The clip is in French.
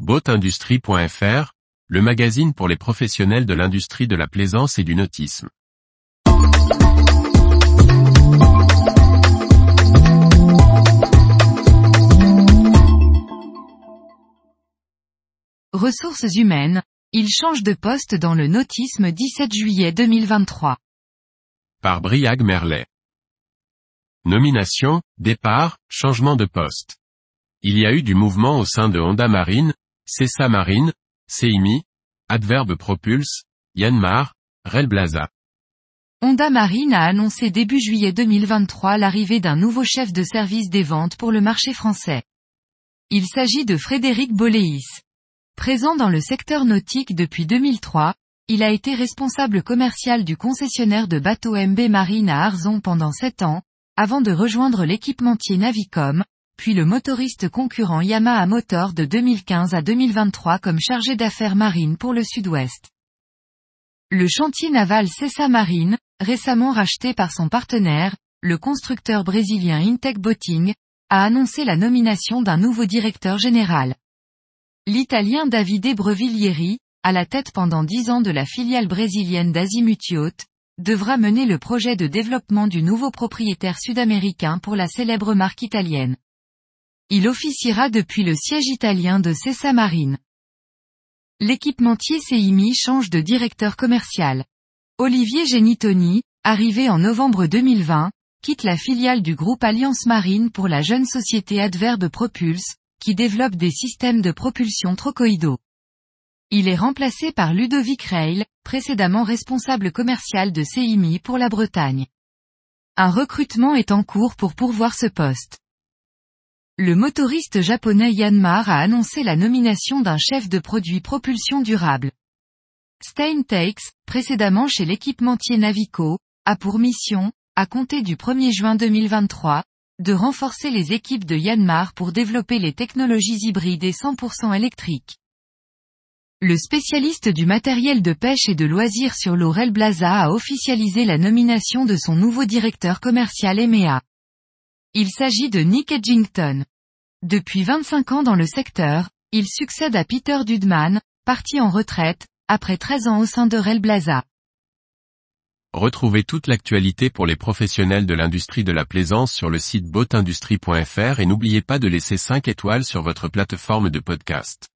Boatindustrie.fr, le magazine pour les professionnels de l'industrie de la plaisance et du nautisme. Ressources humaines, il change de poste dans le nautisme 17 juillet 2023. Par Briag Merlet. Nomination, départ, changement de poste. Il y a eu du mouvement au sein de Honda Marine, CESA Marine, Seimi, Adverbe Propulse, Yanmar, Railblaza. Honda Marine a annoncé début juillet 2023 l'arrivée d'un nouveau chef de service des ventes pour le marché français. Il s'agit de Frédéric Boléis. Présent dans le secteur nautique depuis 2003, il a été responsable commercial du concessionnaire de bateaux MB Marine à Arzon pendant 7 ans, avant de rejoindre l'équipementier Navicom, puis le motoriste concurrent Yamaha Motor de 2015 à 2023 comme chargé d'affaires marine pour le Sud-Ouest. Le chantier naval CESA Marine, récemment racheté par son partenaire, le constructeur brésilien Intec Boating, a annoncé la nomination d'un nouveau directeur général. L'Italien Davide Breviglieri, à la tête pendant 10 ans de la filiale brésilienne d'Azimut Yacht, devra mener le projet de développement du nouveau propriétaire sud-américain pour la célèbre marque italienne. Il officiera depuis le siège italien de CESA Marine. L'équipementier Seimi change de directeur commercial. Olivier Genitoni, arrivé en novembre 2020, quitte la filiale du groupe Alliance Marine pour la jeune société Adverbe Propulse, qui développe des systèmes de propulsion trochoïdaux. Il est remplacé par Ludovic Reil, précédemment responsable commercial de Seimi pour la Bretagne. Un recrutement est en cours pour pourvoir ce poste. Le motoriste japonais Yanmar a annoncé la nomination d'un chef de produit propulsion durable. Steintakes, précédemment chez l'équipementier Navico, a pour mission, à compter du 1er juin 2023, de renforcer les équipes de Yanmar pour développer les technologies hybrides et 100% électriques. Le spécialiste du matériel de pêche et de loisirs sur l'eau Railblaza a officialisé la nomination de son nouveau directeur commercial EMEA. Il s'agit de Nick Edgington. Depuis 25 ans dans le secteur, il succède à Peter Dudman, parti en retraite, après 13 ans au sein de Railblaza. Retrouvez toute l'actualité pour les professionnels de l'industrie de la plaisance sur le site boatindustrie.fr et n'oubliez pas de laisser 5 étoiles sur votre plateforme de podcast.